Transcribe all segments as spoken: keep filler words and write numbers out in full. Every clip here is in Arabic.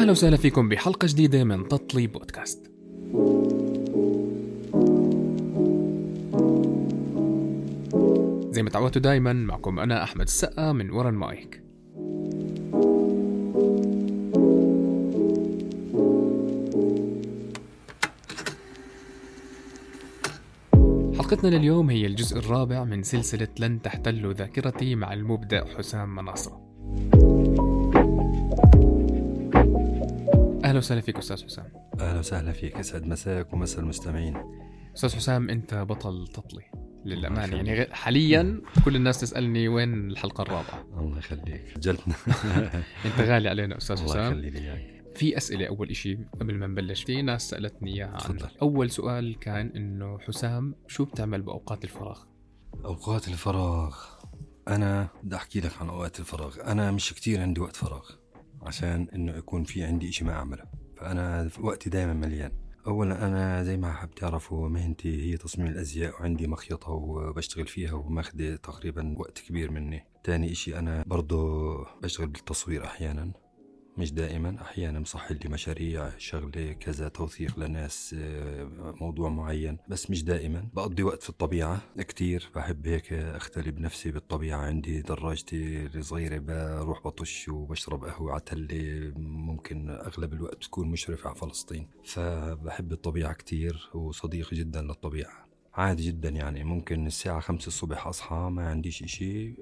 أهلا وسهلا فيكم بحلقة جديدة من تطلي بودكاست. زي ما تعودتوا دايما معكم أنا أحمد السقا من ورا المايك. حلقتنا لليوم هي الجزء الرابع من سلسلة لن تحتل ذاكرتي مع المبدع حسام مناصرة. أهلا وسهلا فيك أستاذ حسام. أهلا وسهلا فيك، يسعد مساك ومساء المستمعين. أستاذ حسام أنت بطل تطلي للأمانة، يعني حاليا كل الناس تسألني وين الحلقة الرابعة. الله يخليك، جلتنا. أنت غالي علينا أستاذ حسام. الله يخلي لي. في أسئلة أول إشي قبل ما نبلش، في ناس سألتني إياها عنك. أول سؤال كان إنه حسام شو بتعمل بأوقات الفراغ؟ أوقات الفراغ أنا بدي أحكي لك عن أوقات الفراغ. أنا مش كتير عندي وقت فراغ عشان إنه يكون في عندي إشي ما أعمله، فأنا وقتي دائما مليان. أولا أنا زي ما حاب تعرفوا مهنتي هي تصميم الأزياء، وعندي مخيطة وبشتغل فيها وماخذ تقريبا وقت كبير مني. تاني إشي أنا برضو بشتغل بالتصوير أحيانا، مش دائما، أحيانا مصحل لي مشاريع شغلة كذا، توثيق لناس موضوع معين، بس مش دائما. بقضي وقت في الطبيعة كتير، بحب هيك أختلي بنفسي بالطبيعة. عندي دراجتي الصغيرة، بروح بطش وبشرب قهوة عتلة. ممكن أغلب الوقت تكون مشرف على فلسطين، فبحب الطبيعة كتير وصديق جدا للطبيعة. عادي جدا يعني، ممكن الساعة خمسة الصبح أصحى ما عنديش إشي،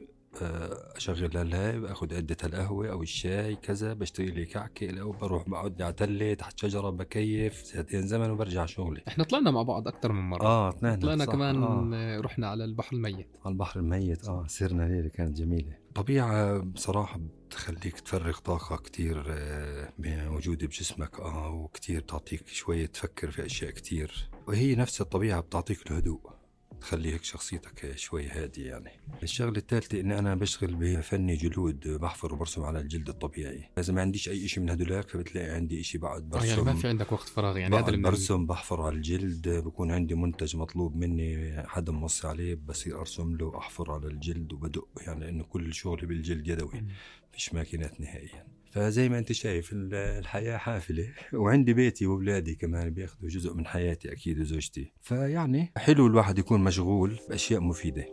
أشغل الهاي، أخذ عدة القهوة أو الشاي كذا، بشتري لي كعكة أو بروح بقعد على تلة تحت شجرة بكيف ساعتين زمن وبرجع شغلي. إحنا طلعنا مع بعض أكتر من مرة. آه طلعنا, طلعنا كمان. آه. رحنا على البحر الميت. على البحر الميت آه سيرنا ليلة كانت جميلة. طبيعة بصراحة بتخليك تفرغ طاقة كتير موجودة بجسمك، آه وكتير تعطيك شوية تفكر في أشياء كتير، وهي نفس الطبيعة بتعطيك الهدوء، تخلي هيك شخصيتك شوي هادي يعني. الشغلة الثالثة إن أنا بشتغل بفني جلود، بحفر وبرسم على الجلد الطبيعي. إذا ما عنديش أي إشي من هدولاك فبتلاقي عندي إشي بعد برسم. يعني ما في عندك وقت فراغ يعني؟ هذا اللي برسم بحفر على الجلد، بكون عندي منتج مطلوب مني حدا موصي عليه، بصير أرسم له وأحفر على الجلد وبدق، يعني إنه كل شغلي بالجلد يدوي، فيش ماكينات نهائيا. فزي ما انت شايف الحياة حافلة، وعندي بيتي وولادي كمان بياخدوا جزء من حياتي أكيد، وزوجتي. فيعني حلو الواحد يكون مشغول بأشياء مفيدة.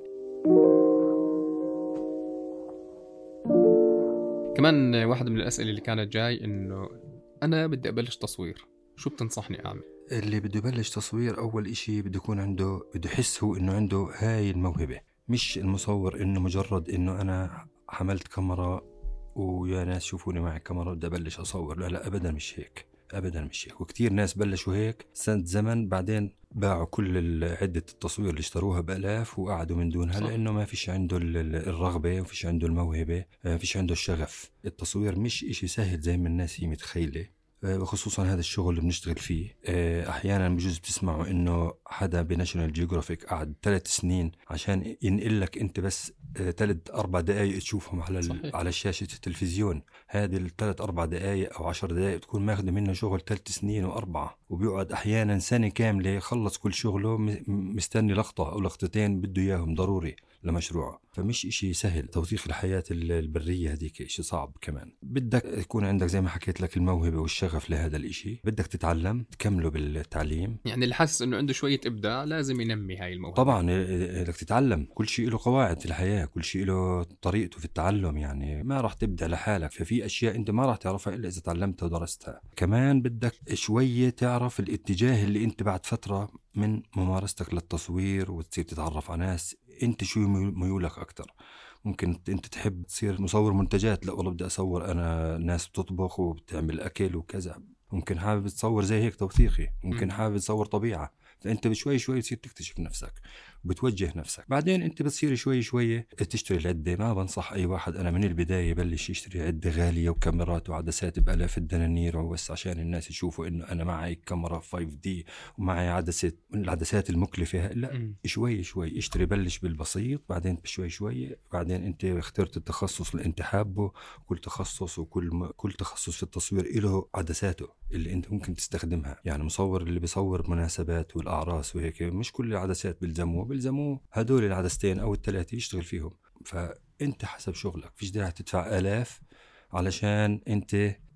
كمان واحد من الأسئلة اللي كانت جاي إنه أنا بدي أبلش تصوير، شو بتنصحني أعمل؟ اللي بده يبلش تصوير أول إشي بده يكون عنده، بده يحس هو إنه عنده هاي الموهبة، مش المصور إنه مجرد إنه أنا حملت كاميرا ويا ناس شوفوني معي كاميرا بدي أبلش أصور. لا لا أبدا مش هيك، أبدا مش هيك. وكتير ناس بلشوا هيك سنة زمن، بعدين باعوا كل عدة التصوير اللي اشتروها بألاف وقعدوا من دونها، لأنه ما فيش عنده الرغبة وفيش عنده الموهبة، ما فيش عنده الشغف. التصوير مش إشي سهل زي ما الناس هي متخيلة، وخصوصا هذا الشغل اللي بنشتغل فيه. أحيانا بجوز بتسمعوا إنه حدا بناشونال جيوغرافيك قعد ثلاث سنين عشان ينقلك أنت بس ثلاث أربع دقايق تشوفهم على على شاشة التلفزيون. هذه الثلاث أربع دقايق أو عشر دقايق تكون ماخذ منه شغل ثلاث سنين وأربعة، وبيقعد أحيانا سنة كاملة يخلص كل شغله مستني لقطة أو لقطتين بده إياهم ضروري لمشروعه. فمش إشي سهل. توثيق الحياة البرية هذيك إشي صعب. كمان بدك يكون عندك زي ما حكيت لك الموهبة والشغف لهذا الإشي، بدك تتعلم تكمله بالتعليم. يعني اللي حاسس إنه عنده شوية إبداع لازم ينمي هاي الموهبة. طبعا بدك تتعلم، كل شيء له قواعد في الحياة، كل شيء له طريقته في التعلم، يعني ما راح تبدأ لحالك. ففي أشياء أنت ما راح تعرفها إلا إذا تعلمتها ودرستها. كمان بدك شوية تعرف الاتجاه اللي أنت بعد فترة من ممارستك للتصوير وتصير تتعرف على ناس، أنت شو ميولك أكتر. ممكن أنت تحب تصير مصور منتجات، لا والله بدي أصور أنا ناس بتطبخ وبتعمل أكل وكذا. ممكن حابب تصور زي هيك توثيقي، ممكن حابب تصور طبيعة. فأنت بشوي شوي تصير تكتشف نفسك وبتوجه نفسك. بعدين أنت بتصير شوي شوي تشتري العدة. ما بنصح أي واحد أنا من البداية يبلش يشتري عدة غالية وكاميرات وعدسات بألاف الدنانير وبس عشان الناس يشوفوا إنه أنا معي كاميرا فايف دي ومعي عدسة من العدسات المكلفة. لا، شوي شوي اشتري، بلش بالبسيط، بعدين بشوي شوي. بعدين أنت اخترت التخصص اللي أنت حابه. كل تخصص وكل م... كل تخصص في التصوير له عدساته اللي أنت ممكن تستخدمها. يعني مصور اللي بيصور مناسبات والأعراس وهيك، مش كل العدسات بيلزموه بيلزموه هدول العدستين أو الثلاثة يشتغل فيهم. فأنت حسب شغلك، فيش داعي تدفع آلاف علشان أنت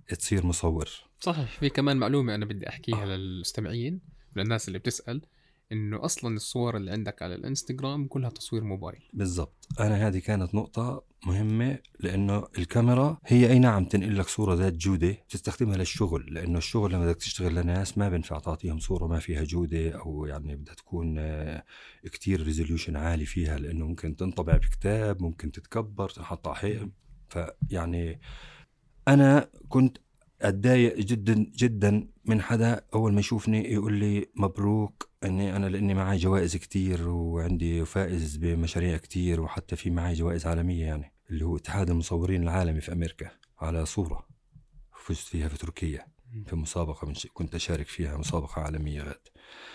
تصير مصور. صحيح. في كمان معلومة أنا بدي أحكيها آه. للمستمعين وللناس اللي بتسأل، إنه أصلاً الصور اللي عندك على الإنستغرام كلها تصوير موبايل. بالضبط. أنا هذه كانت نقطة مهمة، لأنه الكاميرا هي أي نعم تنقل لك صورة ذات جودة، تستخدمها للشغل، لأنه الشغل لما بدك تشتغل لناس ما بنفع تعطيهم صورة ما فيها جودة، أو يعني بدها تكون كتير ريزوليوشن عالي فيها، لأنه ممكن تنطبع بكتاب، ممكن تتكبر تنحط على حيط. فيعني أنا كنت أتضايق جدا جدا من حدا أول ما يشوفني يقول لي مبروك أني أنا لأني معي جوائز كتير وعندي فائز بمشاريع كتير، وحتى في معي جوائز عالمية، يعني اللي هو اتحاد المصورين العالمي في أمريكا، على صورة فزت فيها في تركيا في مسابقة من كنت أشارك فيها، مسابقة عالمية غاد.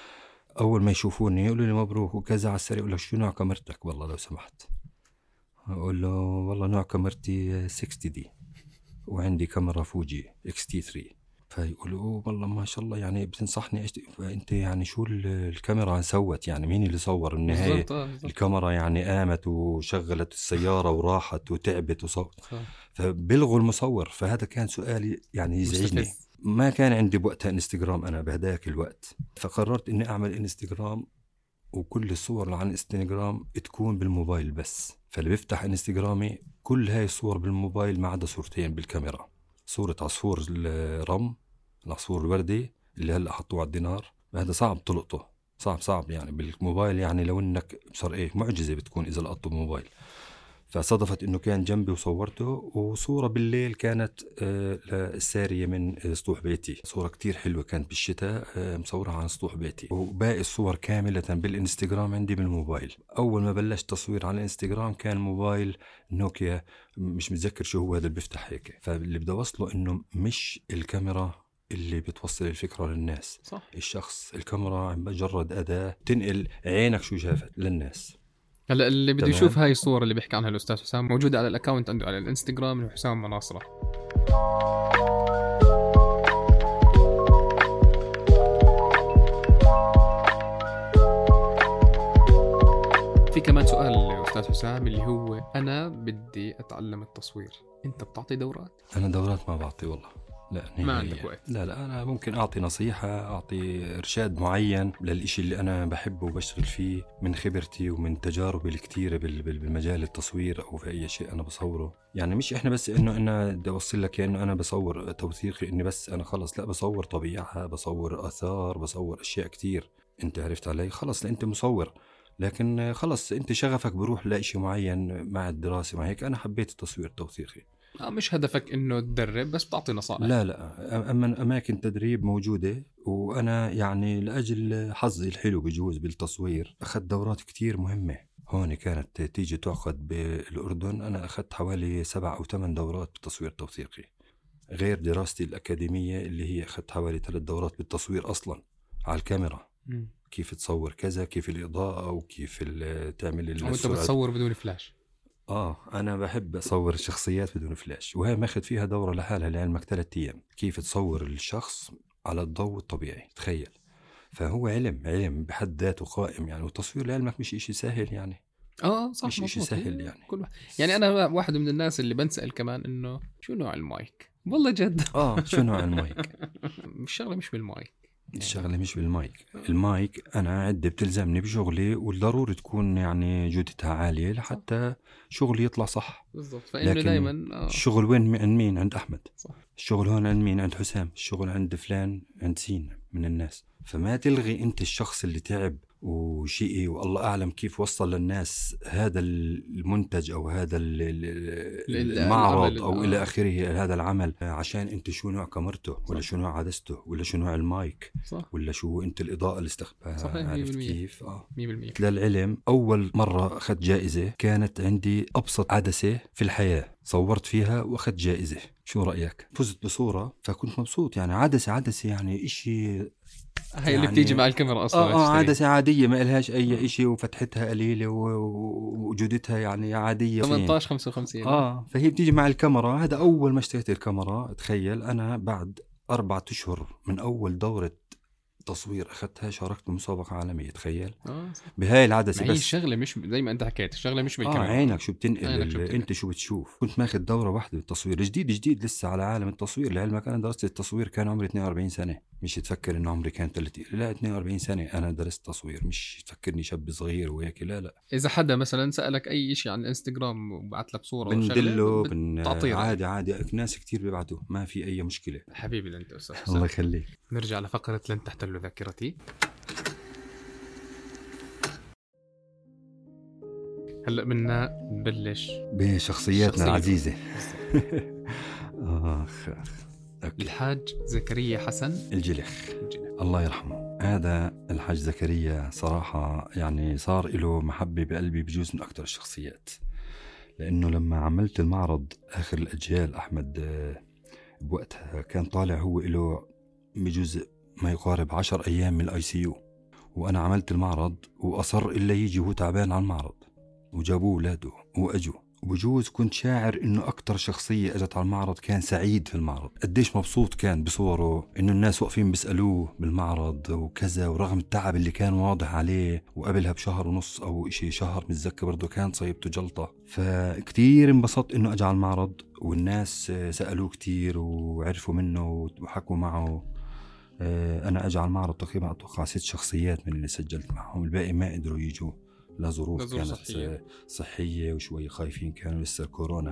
أول ما يشوفوني يقولوا لي مبروك وكذا على السريع، يقول لك شو نوع كاميرتك والله لو سمحت؟ أقول له والله نوع كاميرتي ستين دي وعندي كاميرا فوجي إكس تي ثري. فيقولوا والله ما شاء الله، يعني بتنصحني ايش انت يعني شو الكاميرا سوت، يعني مين اللي صور النهاية؟ الكاميرا يعني قامت وشغلت السيارة وراحت وتعبت وصور، فبلغوا المصور. فهذا كان سؤالي يعني يزعجني. ما كان عندي بوقتها انستغرام أنا بهداك الوقت، فقررت إني أعمل انستغرام وكل الصور اللي عن انستغرام تكون بالموبايل بس. فاللي بيفتح انستغرامي كل هاي الصور بالموبايل ما عدا صورتين بالكاميرا، صورة عصفور الرم، العصفور الوردي اللي هلأ حطوه على الدينار، هذا صعب تلقطه، صعب صعب يعني بالموبايل، يعني لو انك صار ايه معجزة بتكون اذا لقطته بالموبايل. فصدفت انه كان جنبي وصورته. وصورة بالليل كانت آه للسارية من سطوح بيتي، صورة كتير حلوة كانت بالشتاء، آه مصورها عن سطوح بيتي. وباقي الصور كاملة بالانستغرام عندي بالموبايل. اول ما بلشت تصوير على الانستغرام كان موبايل نوكيا، مش متذكر شو هو هذا اللي بيفتح هيك. فاللي بدي اوصله انه مش الكاميرا اللي بتوصل الفكرة للناس، صح. الشخص. الكاميرا مجرد أداة تنقل عينك شو شافت للناس. هلا اللي بده يشوف هاي الصورة اللي بيحكي عنها الأستاذ حسام موجودة على الأكاونت عنده على الانستغرام حسام مناصرة. في كمان سؤال أستاذ حسام اللي هو أنا بدي أتعلم التصوير، أنت بتعطي دورات؟ أنا دورات ما بعطي والله، لا ما عندك وقت. لا لا أنا ممكن أعطي نصيحة، أعطي إرشاد معين للإشي اللي أنا بحبه وبشتغل فيه من خبرتي ومن تجاربي الكتيرة بالمجال التصوير أو في أي شيء أنا بصوره. يعني مش إحنا بس إنه أنا بدي أوصل لك إنه أنا بصور توثيقي إني بس أنا خلص، لا بصور طبيعة، بصور آثار، بصور أشياء كتير. أنت عرفت علي خلص أنت مصور، لكن خلص أنت شغفك بروح لإشي معين مع الدراسة. مع هيك أنا حبيت التصوير التوثيقي. مش هدفك إنه تدرب بس تعطي نصائح؟ لا لا، أما أماكن تدريب موجودة، وأنا يعني لأجل حظي الحلو بجوز بالتصوير أخذت دورات كتير مهمة. هون كانت تيجي تعقد بالأردن، أنا أخذت حوالي سبع أو ثمان دورات بالتصوير التوثيقي، غير دراستي الأكاديمية اللي هي أخذت حوالي ثلاث دورات بالتصوير أصلا على الكاميرا. م. كيف تصور كذا، كيف الإضاءة، وكيف تعمل السرعة. وأنت بتصور بدون فلاش؟ آه أنا بحب أصور الشخصيات بدون فلاش، وهي ماخذ فيها دورة لحالها لعلمك ثلاثة أيام، كيف تصور الشخص على الضوء الطبيعي. تخيل، فهو علم علم بحد ذاته قائم يعني. والتصوير لعلمك مش إشي سهل يعني. آه صح، مش إشي سهل يعني. كل واحد. يعني أنا واحد من الناس اللي بنسأل كمان إنه شو نوع المايك، والله جد. آه شو نوع المايك؟ الشغلة مش بالمايك، الشغلة مش بالمايك. المايك أنا عدة بتلزمني بشغلي، والضروري تكون يعني جودتها عالية لحتى شغلي يطلع صح. بالضبط. فإنه دايما آه. الشغل وين عند مين؟ عند أحمد. صح. الشغل هون عند مين؟ عند حسام. الشغل عند فلان، عند سين من الناس. فما تلغي أنت الشخص اللي تعب وشيء والله أعلم كيف وصل للناس هذا المنتج أو هذا المعرض أو إلى آخره، هذا العمل، عشان أنت شو نوع كاميرته، ولا شو نوع عدسته، ولا شو نوع المايك، صح. ولا شو أنت الإضاءة اللي استخدمها. عرفت كيف؟ آه. مية بالمية. للعلم أول مرة أخذت جائزة كانت عندي أبسط عدسة في الحياة، صورت فيها وأخذت جائزة. شو رأيك؟ فزت بصورة، فكنت مبسوط يعني. عدسة عدسة يعني إشي هاي يعني اللي بتيجي مع الكاميرا أصلا. آه, آه عدسة عادية ما إلهاش أي إشي، وفتحتها قليلة ووجودتها يعني عادية. ثمانية عشر خمسة وخمسين. آه فهي بتيجي مع الكاميرا. هذا أول ما اشتريت الكاميرا. تخيل أنا بعد أربعة أشهر من أول دورة التصوير أخذتها شاركت بمسابقة عالمية، تخيل. اه بهاي العدسة ما هي بس. الشغله مش زي ما انت حكيت، الشغله مش اه بالكاميرا. عينك شو بتنقل، عينك شو ال- بتنقل. انت شو بتشوف. كنت ماخذ دورة واحدة بالتصوير، جديد جديد لسه على عالم التصوير. لعلمك انا درست التصوير كان عمري اثنين وأربعين سنة، مش تفكر انه عمري كان ثلاثين، لا اثنين وأربعين سنة انا درست تصوير، مش تفكرني شاب صغير وهيك، لا لا. اذا حدا مثلا سالك اي شيء عن الانستغرام وبعث لك صوره او شغله بندله بن... بتعطيه رأي. عادي عادي، ناس كتير بيبعتوا، ما في اي مشكلة. حبيبي انت استاذ الله يخليك. نرجع لفقره لن تحتل ذاكرتي. هلا بدنا نبلش بشخصياتنا شخصية. العزيزة. اخ أوكي. الحاج زكريا حسن الجلخ الجلخ. الله يرحمه. هذا الحاج زكريا صراحة يعني صار له محبة بقلبي، بجوز من أكتر الشخصيات، لأنه لما عملت المعرض آخر الأجيال أحمد بوقتها كان طالع هو له بجوز ما يقارب عشر أيام من الآي سي يو، وأنا عملت المعرض وأصر إلا يجي وهو تعبان على المعرض، وجابوه ولاده وأجوا. وبجوز كنت شاعر إنه أكتر شخصية أجت على المعرض كان سعيد في المعرض، قديش مبسوط كان بصوره، إنه الناس واقفين بيسألوه بالمعرض وكذا، ورغم التعب اللي كان واضح عليه، وقبلها بشهر ونص أو إشي شهر متذكر برضو كان صيبته جلطة. فكتير انبسطت إنه أجى على المعرض، والناس سألوه كتير وعرفوا منه وحكوا معه. أنا أجى على المعرض تقريبا أتوقع ست شخصيات من اللي سجلت معهم، الباقي ما قدروا يجوا لظروف كانت صحية. صحية وشوي خايفين كانوا لسه كورونا.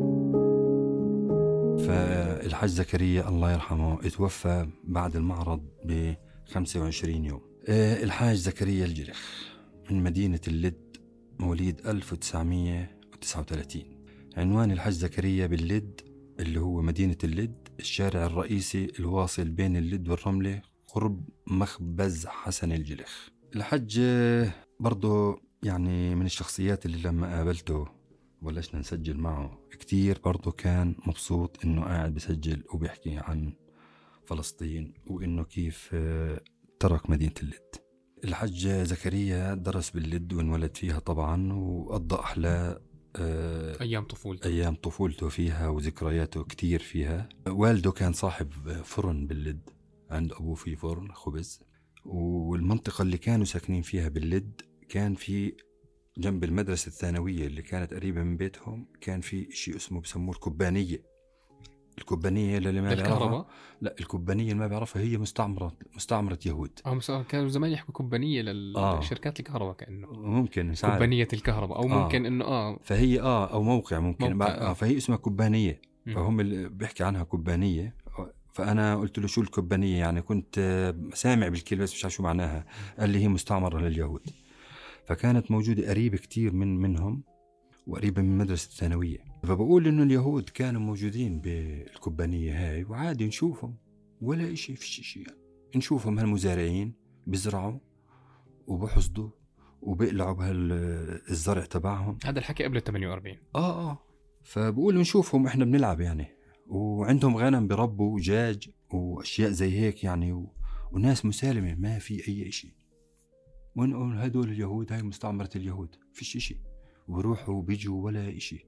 فالحاج زكريا الله يرحمه اتوفى بعد المعرض ب خمسة وعشرين يوم. الحاج زكريا الجلخ من مدينة اللد، مواليد ألف وتسعمية وتسعة وثلاثين. عنوان الحاج زكريا باللد اللي هو مدينة اللد، الشارع الرئيسي الواصل بين اللد والرملة قرب مخبز حسن الجلخ. الحج برضو يعني من الشخصيات اللي لما قابلته ولشنا نسجل معه كتير، برضو كان مبسوط انه قاعد بسجل وبيحكي عن فلسطين وانه كيف ترك مدينة اللد. الحج زكريا درس باللد وانولد فيها طبعا، وقضى أحلى أيام طفولته أيام طفولته فيها وذكرياته كتير فيها. والده كان صاحب فرن باللد، عند أبوه في فرن خبز. والمنطقة اللي كانوا ساكنين فيها باللد كان في جنب المدرسة الثانوية اللي كانت قريبة من بيتهم، كان في شيء اسمه بسموه الكبانية. الكبانية اللي ما بيعرفها، لا الكبانية اللي ما بيعرفها هي مستعمرة مستعمرة يهود. اه كانوا زمان يحكوا كبانية للشركات آه. الكهرباء كأنه ممكن كبانية الكهرباء أو ممكن آه. إنه آه فهي آه أو موقع ممكن موقع آه. فهي اسمها كبانية، م. فهم اللي بيحكي عنها كبانية. فأنا قلت له شو الكبانية يعني، كنت سامع بالكلمة بس مش عارف شو معناها. قال لي هي مستعمرة لليهود. فكانت موجودة قريبة كتير من منهم وقريبة من مدرسة الثانوية. فبقول إنه اليهود كانوا موجودين بالكبانية هاي وعادي نشوفهم ولا إشي، في شيء يعني نشوفهم هالمزارعين بيزرعوا وبحصدوا وبيقلعوا بهالزرع تبعهم. هذا الحكي قبل ثمانية وأربعين. آه آه فبقول نشوفهم إحنا بنلعب يعني، وعندهم غنم بربوا دجاج وأشياء زي هيك يعني و... وناس مسالمة ما في أي إشي. ونقول هدول اليهود، هاي مستعمرة اليهود، فيش إشي، وبروحوا وبيجوا ولا إشي.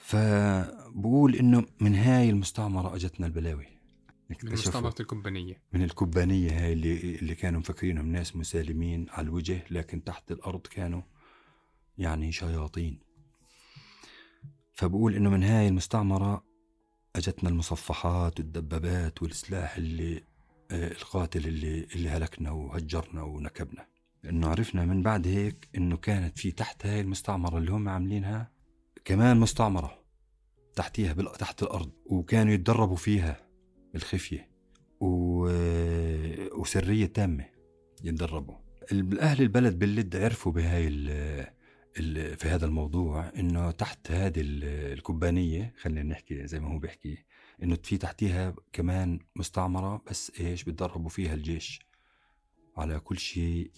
فبقول إنه من هاي المستعمرة أجتنا البلاوي، من مستعمرة الكبانية، من الكبانية هاي اللي, اللي كانوا مفكرينهم ناس مسالمين على الوجه، لكن تحت الأرض كانوا يعني شياطين. فبقول إنه من هاي المستعمرة أجتنا المصفحات والدبابات والسلاح اللي آه القاتل اللي, اللي هلكنا وهجرنا ونكبنا. إنه عرفنا من بعد هيك إنه كانت في تحت هاي المستعمرة اللي هم عاملينها كمان مستعمرة تحتيها بال... تحت الأرض، وكانوا يتدربوا فيها بالخفية و... وسرية تامة يتدربوا. الأهل البلد باللد عرفوا بهاي ال... ال... في هذا الموضوع إنه تحت هذه الكبانية، خلينا نحكي زي ما هو بيحكي، إنه في تحتيها كمان مستعمرة بس إيش بتدربوا فيها الجيش على كل شيء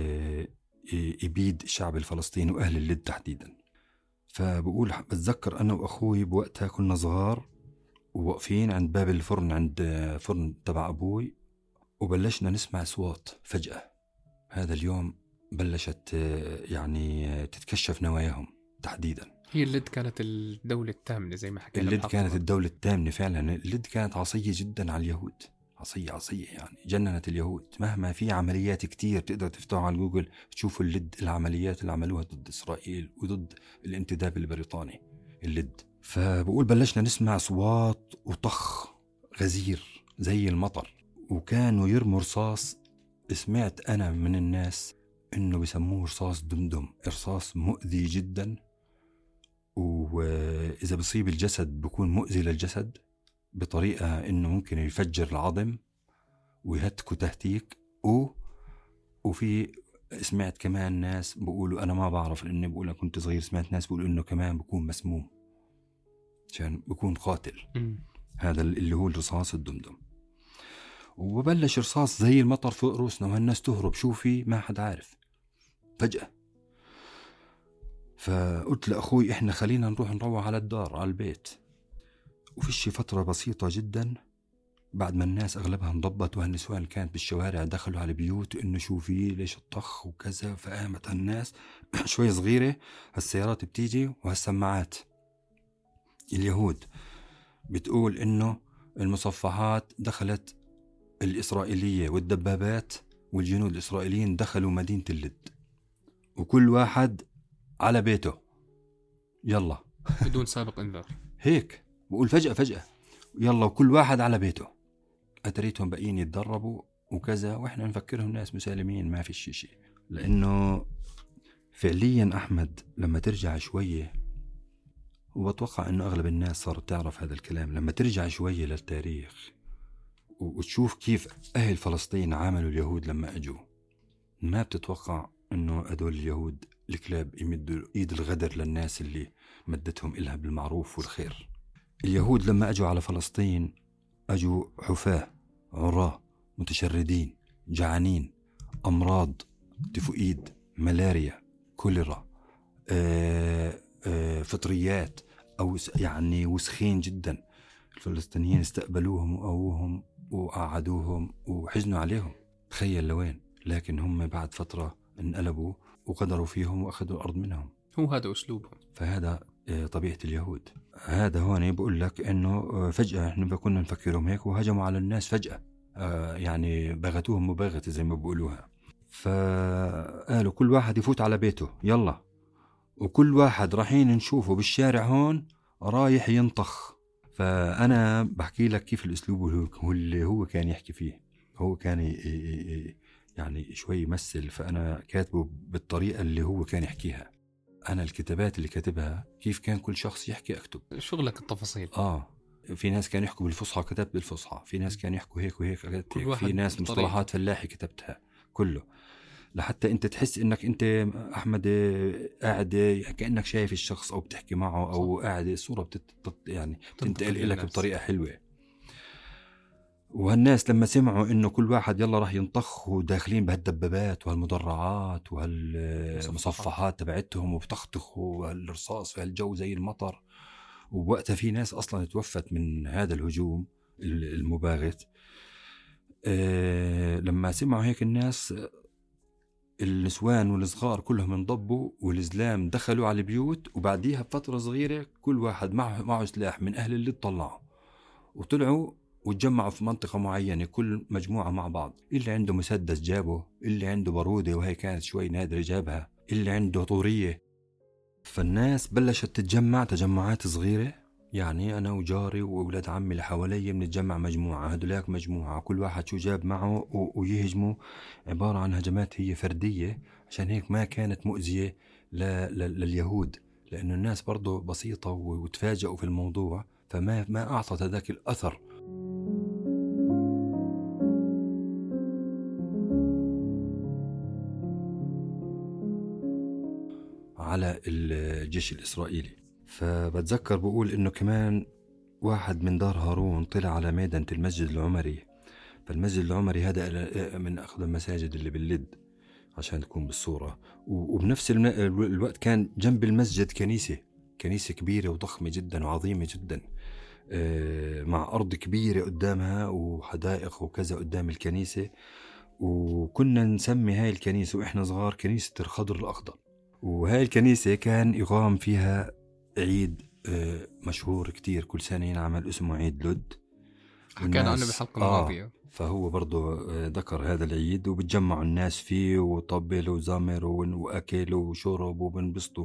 يبيد الشعب الفلسطيني وأهل اللد تحديدا. فبقول بتذكر أنا وأخوي بوقتها كنا صغار وواقفين عند باب الفرن، عند فرن تبع أبوي، وبلشنا نسمع أصوات فجأة. هذا اليوم بلشت يعني تتكشف نواياهم تحديدا. هي اللد كانت الدولة الثامنة زي ما حكينا. اللد كانت الدولة الثامنة فعلا. اللد كانت عصية جدا على اليهود، عصية عصية يعني جننت اليهود. مهما في عمليات كتير تقدر تفتحوا على جوجل تشوفوا اللد العمليات اللي عملوها ضد إسرائيل وضد الانتداب البريطاني اللد. فبقول بلشنا نسمع أصوات وطخ غزير زي المطر، وكانوا يرموا رصاص. سمعت أنا من الناس إنه بيسموه رصاص دمدم، رصاص مؤذي جدا، وإذا بصيب الجسد بيكون مؤذي للجسد بطريقة إنه ممكن يفجر العظم ويهتكوا تهتيك. و... وفي سمعت كمان ناس بيقولوا، أنا ما بعرف لأني بقول كنت صغير، سمعت ناس بيقولوا إنه كمان بيكون مسموم عشان بيكون قاتل. م. هذا اللي هو الرصاص الدمدم. وبلش رصاص زي المطر فوق روسنا وهالناس تهرب، شوفي ما حد عارف فجأة. فقلت لأخوي إحنا خلينا نروح نروح على الدار على البيت. وفيش فترة بسيطة جدا بعد ما الناس أغلبها انضبط وهالنسوان اللي كانت بالشوارع دخلوا على البيوت إنه شوفي ليش الطخ وكذا. فقامت هالناس شوي صغيرة، هالسيارات بتيجي وهالسماعات اليهود بتقول إنه المصفحات دخلت الإسرائيلية والدبابات والجنود الإسرائيليين دخلوا مدينة اللد وكل واحد على بيته يلا بدون سابق انذار. هيك بقول فجأة فجأة يلا وكل واحد على بيته. أتريتهم بقين يتدربوا وكذا، وإحنا نفكرهم ناس مسالمين ما في شيء. لأنه فعليا أحمد لما ترجع شوية، وبتوقع أنه أغلب الناس صارت تعرف هذا الكلام، لما ترجع شوية للتاريخ وتشوف كيف أهل فلسطين عاملوا اليهود لما أجوا، ما بتتوقع أنه هدول اليهود الكلاب يمدوا إيد الغدر للناس اللي مدتهم إلها بالمعروف والخير. اليهود لما أجوا على فلسطين أجوا حفاة عراة متشردين جعانين، أمراض تيفوئيد ملاريا كوليرا آآ آآ فطريات أو يعني وسخين جدا. الفلسطينيين استقبلوهم وقووهم وقعدوهم وحزنوا عليهم، تخيل لوين. لكن هم بعد فترة انقلبوا وقدروا فيهم وأخذوا الأرض منهم. هو هذا أسلوبهم. فهذا طبيعة اليهود. هذا هون بقول لك إنه فجأة إحنا كنا نفكرهم هيك وهجموا على الناس فجأة، يعني بغتوهم مباغتة زي ما بقولوها. فقالوا كل واحد يفوت على بيته يلا، وكل واحد رايحين نشوفه بالشارع هون رايح ينطخ. فأنا بحكي لك كيف الأسلوب هو اللي هو كان يحكي فيه. هو كان يعني شوي يمثل، فأنا كاتبه بالطريقة اللي هو كان يحكيها. أنا الكتابات اللي كاتبها كيف كان كل شخص يحكي أكتب شغلك التفاصيل. آه في ناس كانوا يحكوا بالفصحى كتبت بالفصحى، في ناس كانوا يحكوا هيك وهيك كتبت هيك، في ناس مصطلحات فلاحي كتبتها كله، لحتى أنت تحس إنك أنت أحمد قاعد كأنك شايف الشخص أو بتحكي معه أو قاعد الصورة بتت يعني تنتقل لك بطريقة حلوة. وهالناس لما سمعوا إنه كل واحد يلا راح ينطخ وداخلين بهالدبابات وهالمدرعات وهالمصفحات تبعتهم وبتخطخوا هالرصاص في هالجو زي المطر، ووقتها في ناس أصلا توفت من هذا الهجوم المباغت. أه لما سمعوا هيك الناس النسوان والصغار كلهم انضبوا والإسلام دخلوا على البيوت، وبعديها بفترة صغيرة كل واحد معه معه سلاح من أهل اللي طلعوا وطلعوا وتجمعوا في منطقة معينة، كل مجموعة مع بعض، اللي عنده مسدس جابه، اللي عنده بارودة وهي كانت شوي نادرة جابها، اللي عنده طورية. فالناس بلشت تتجمع تجمعات صغيرة، يعني أنا وجاري وأولاد عمي اللي حوالي بنتجمع مجموعة، هدولاك مجموعة، كل واحد شو جاب معه ويهجموا. عبارة عن هجمات هي فردية، عشان هيك ما كانت مؤذية لليهود، لأنه الناس برضو بسيطة وتفاجئوا في الموضوع، فما ما أعطت ذاك الأثر. على الجيش الإسرائيلي. فبتذكر بقول إنه كمان واحد من دار هارون طلع على ميدانة المسجد العمري. فالمسجد العمري هذا من أخذ المساجد اللي باللد عشان تكون بالصورة، وبنفس الوقت كان جنب المسجد كنيسة كنيسة كبيرة وضخمة جدا وعظيمة جدا، مع أرض كبيرة قدامها وحدائق وكذا قدام الكنيسة. وكنا نسمي هاي الكنيسة وإحنا صغار كنيسة الخضر الأخضر. وهاي الكنيسة كان يقام فيها عيد مشهور كتير كل سنة ينعمل اسمه عيد لد، حكينا عنه بالحلقة الماضية. آه فهو برضو ذكر هذا العيد وبتجمعوا الناس فيه وطبل وزمر وأكل وشرب وبنبسطوا،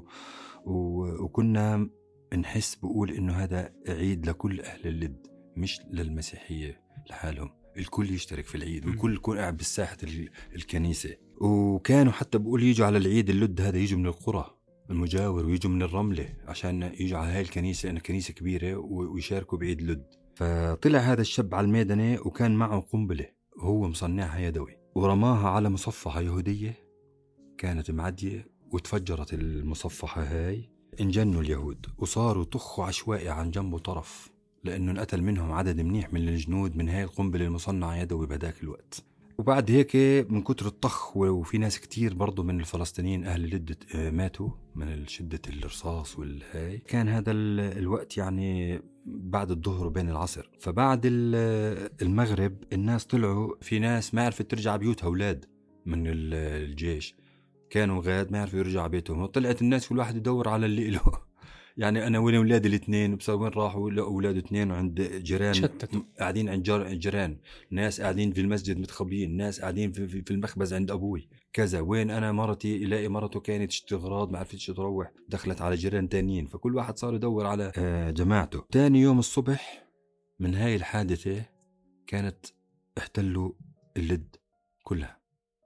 وكنا نحس بقول إنه هذا عيد لكل أهل اللد مش للمسيحية لحالهم، الكل يشترك في العيد والكل يكون قاعد بالساحة الكنيسة. وكانوا حتى بقول يجوا على العيد اللد هذا يجوا من القرى المجاور ويجوا من الرملة عشان يجوا على هاي الكنيسة، أنا كنيسة كبيرة، ويشاركوا بعيد لد. فطلع هذا الشاب على الميدانة وكان معه قنبلة وهو مصنعها يدوي، ورماها على مصفحة يهودية كانت معدية، وتفجرت المصفحة هاي. انجنوا اليهود وصاروا طخوا عشوائي عن جنب طرف، لأنه انقتل منهم عدد منيح من الجنود من هاي القنبلة المصنعة يدوي بهداك الوقت. وبعد هيك من كتر الطخ، وفي ناس كتير برضو من الفلسطينيين أهل اللد ماتوا من شدة الرصاص والهاي. كان هذا الوقت يعني بعد الظهر وبين العصر. فبعد المغرب الناس طلعوا، في ناس ما عرفت ترجع بيوتها، أولاد من الجيش كانوا غاد ما يعرفوا يرجع بيتهم، وطلعت الناس كل واحد يدور على اللي له. يعني أنا وين أولادي الاثنين، بس وين راحوا؟ لا أولاده اثنين وعند جيران شتتوا. قاعدين عند جيران، ناس قاعدين في المسجد متخبيين، ناس قاعدين في, في المخبز عند أبوي كذا. وين أنا مرتي؟ يلاقي مرته كانت تشتري أغراض ما عرفتش تروح، دخلت على جيران تانيين، فكل واحد صار يدور على جماعته. تاني يوم الصبح من هاي الحادثة كانت احتلوا اللد كلها.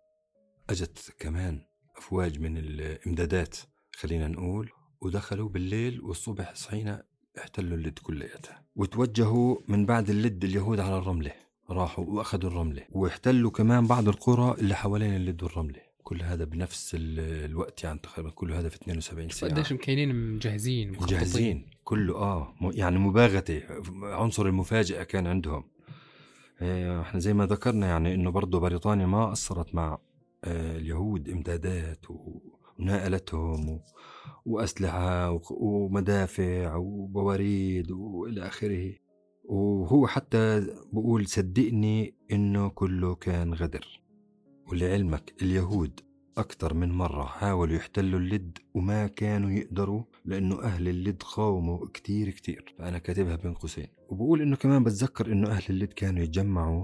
أجت كمان أفواج من الإمدادات خلينا نقول، ودخلوا بالليل، والصبح صحينا احتلوا اللد كلياتها. وتوجهوا من بعد اللد اليهود على الرملة، راحوا وأخذوا الرملة، واحتلوا كمان بعض القرى اللي حوالين اللد والرملة. كل هذا بنفس الوقت، يعني تقريبا كل هذا في اثنين وسبعين ساعة. قديش مكينين مجهزين مجهزين كله آه يعني مباغتة، عنصر المفاجأة كان عندهم. اه احنا زي ما ذكرنا يعني إنه برضو بريطانيا ما أثرت مع اه اليهود إمدادات ونقلتهم وأسلحة ومدافع وبواريد وإلى آخره. وهو حتى بقول صدقني إنه كله كان غدر. ولعلمك اليهود أكثر من مرة حاولوا يحتلوا اللد وما كانوا يقدروا، لأنه أهل اللد قاوموا كتير كتير. فأنا كاتبها بين قوسين. وبقول إنه كمان بتذكر إنه أهل اللد كانوا يتجمعوا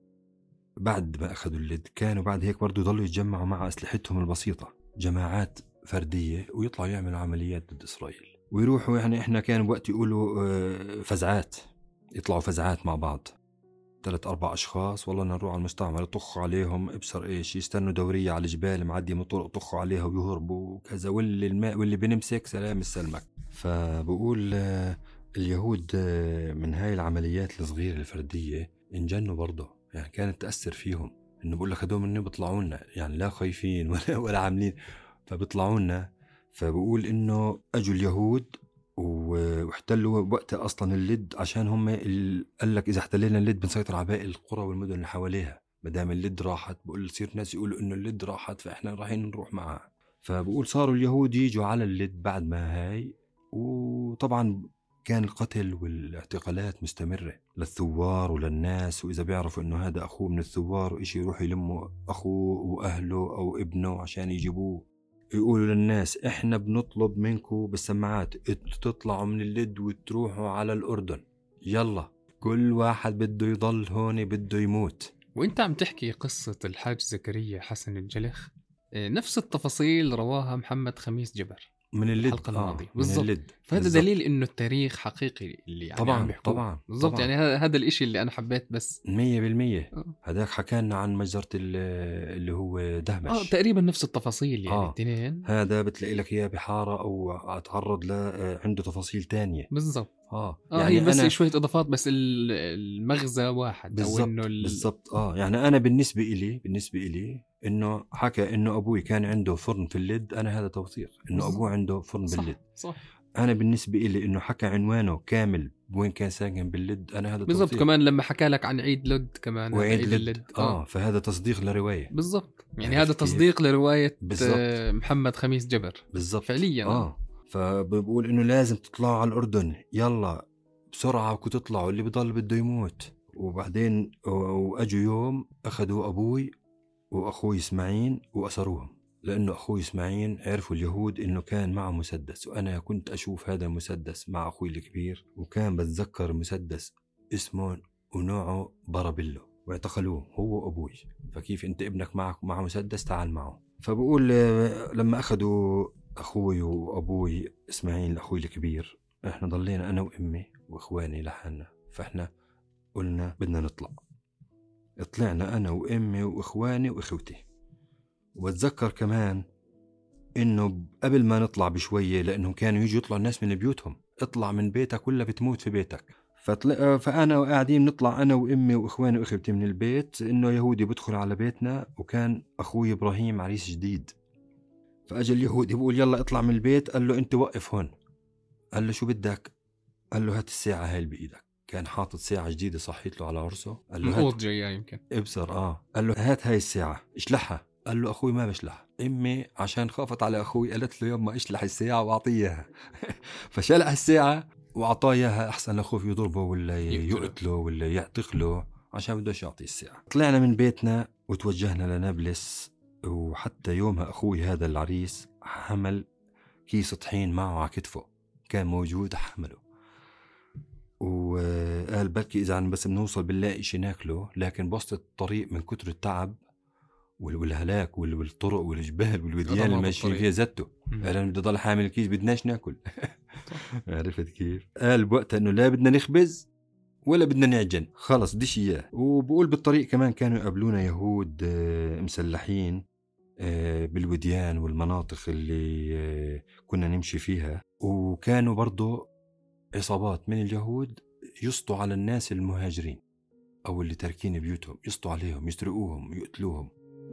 بعد ما أخذوا اللد، كانوا بعد هيك برضو يضلوا يتجمعوا مع أسلحتهم البسيطة، جماعات فردية، ويطلعوا يعملوا عمليات ضد إسرائيل. ويروحوا يعني إحنا كان وقت يقولوا فزعات، يطلعوا فزعات مع بعض، ثلاث أربع أشخاص، والله نروح على المستعمرة طخوا عليهم إبصر إيش، يستنوا دورية على الجبال معدية من طرق طخوا عليها ويهربوا كذا، واللي الماء واللي بنمسك سلام السلمك. فبقول اليهود من هاي العمليات الصغيرة الفردية انجنوا برضه، يعني كانت تأثر فيهم. إنه بقول لك هدول مني بيطلعونا يعني لا خايفين ولا ولا عاملين، فبيطلعونا. فبقول إنه أجوا اليهود واحتلوا وقتها أصلا اللد، عشان هم قال لك إذا احتلينا اللد بنسيطر على باقي القرى والمدن اللي حواليها. مدام اللد راحت، بقول يصير ناس يقولوا إنه اللد راحت فإحنا رايحين نروح معها. فبقول صاروا اليهود يجوا على اللد بعد ما هاي. وطبعا كان القتل والاعتقالات مستمرة للثوار وللناس، وإذا بيعرفوا إنه هذا أخوه من الثوار وإيش يروح يلموا أخوه وأهله أو ابنه عشان يجيبوه، يقولوا للناس إحنا بنطلب منكم بالسماعات تطلعوا من اللد وتروحوا على الأردن، يلا كل واحد بده يضل هون بده يموت. وإنت عم تحكي قصة الحاج زكريا حسن الجلخ، نفس التفاصيل رواها محمد خميس جبر من اللد الحلقة الماضية. آه بالضبط. فهذا بالزبط. دليل إنه التاريخ حقيقي اللي يعني طبعا عم بيحكوه. طبعا بالضبط. يعني هذا الإشي اللي أنا حبيت بس مية بالمية. هذاك حكانا عن مجزرة اللي هو دهمش. آه تقريبا نفس التفاصيل يعني. الاثنين آه. هذا بتلاقي لك إياه بحارة أو أتعرض له عنده تفاصيل تانية. بالضبط. آه. آه يعني بس أنا... شوية إضافات، بس المغزى واحد. بالضبط. أو إنه ال... بالضبط. آه يعني أنا بالنسبة إلي بالنسبة إلي إنه حكى إنه أبوي كان عنده فرن في اللد، أنا هذا توثيق إنه أبوه عنده فرن صح. باللد. صح. أنا بالنسبة إلي إنه حكى عنوانه كامل وين كان ساكن باللد، أنا هذا بالضبط. توثيق. كمان لما حكى لك عن عيد لد كمان وعيد عيد لد. اللد آه. آه فهذا تصديق لرواية. بالضبط. يعني هذا تصديق كيف؟ لرواية بالزبط. محمد خميس جبر. بالضبط. فعليا. آه فبقول إنه لازم تطلعوا على الأردن، يلا بسرعة وتطلعوا، اللي بضل بده يموت. وبعدين وأجوا يوم أخذوا أبوي وأخوي إسماعيل وأسروهم، لأنه أخوي إسماعيل عرفوا اليهود إنه كان معه مسدس، وأنا كنت أشوف هذا المسدس مع أخوي الكبير، وكان بتذكر مسدس اسمه ونوعه بارابيلو. واعتقلوه هو وأبوي. فكيف أنت ابنك معك مع مسدس تعال معه. فبقول آه، لما أخذوا أخوي وأبوي إسماعيل أخوي الكبير إحنا ضلينا أنا وأمي وإخواني لحالنا. فإحنا قلنا بدنا نطلع. طلعنا أنا وأمي وإخواني وإخوتي. وأتذكر كمان إنه قبل ما نطلع بشوية لأنهم كانوا يجوا يطلعوا الناس من بيوتهم اطلع من بيتك ولا بتموت في بيتك. فطلع فأنا قاعدين نطلع أنا وأمي وإخواني وإخوتي من البيت إنه يهودي بدخل على بيتنا. وكان أخوي إبراهيم عريس جديد. فأجل اليهودي بقول يلا اطلع من البيت. قال له أنت وقف هون. قال له شو بدك؟ قال له هات الساعة هاي اللي بإيدك. كان حاطط ساعة جديدة صحيت له على عرسه. قال له نقود جاية يمكن ابصر اه قال له هات هاي الساعة اشلحها. قال له أخوي ما بشلح. أمي عشان خافت على أخوي قالت له يما اشلح الساعة وأعطيها. فشلح الساعة وأعطاه إياها أحسن لخوف يضربه ولا يقتله ولا يعتقله عشان بدوش يعطي الساعة. طلعنا من بيتنا وتوجهنا لنابلس. وحتى يومها أخوي هذا العريس حمل كيس طحين معه على كتفه كان موجود حمله. وقال بلكي إذا عن بس بنوصل بنلاقي شي ناكله. لكن بوسط الطريق من كتر التعب والهلاك والطرق والجبال والوديان الماشيين فيها زته. قال أنا بدي ضل حامل الكيس بدناش ناكل. عرفت كيف؟ قال بوقتها إنه لا بدنا نخبز ولا بدنا نعجن خلص ديش إياه. وبقول بالطريق كمان كانوا يقابلونا يهود مسلحين بالوديان والمناطق اللي كنا نمشي فيها. وكانوا برضو عصابات من اليهود يسطوا على الناس المهاجرين أو اللي تاركين بيوتهم يسطوا عليهم يسرقوهم يقتلوهم.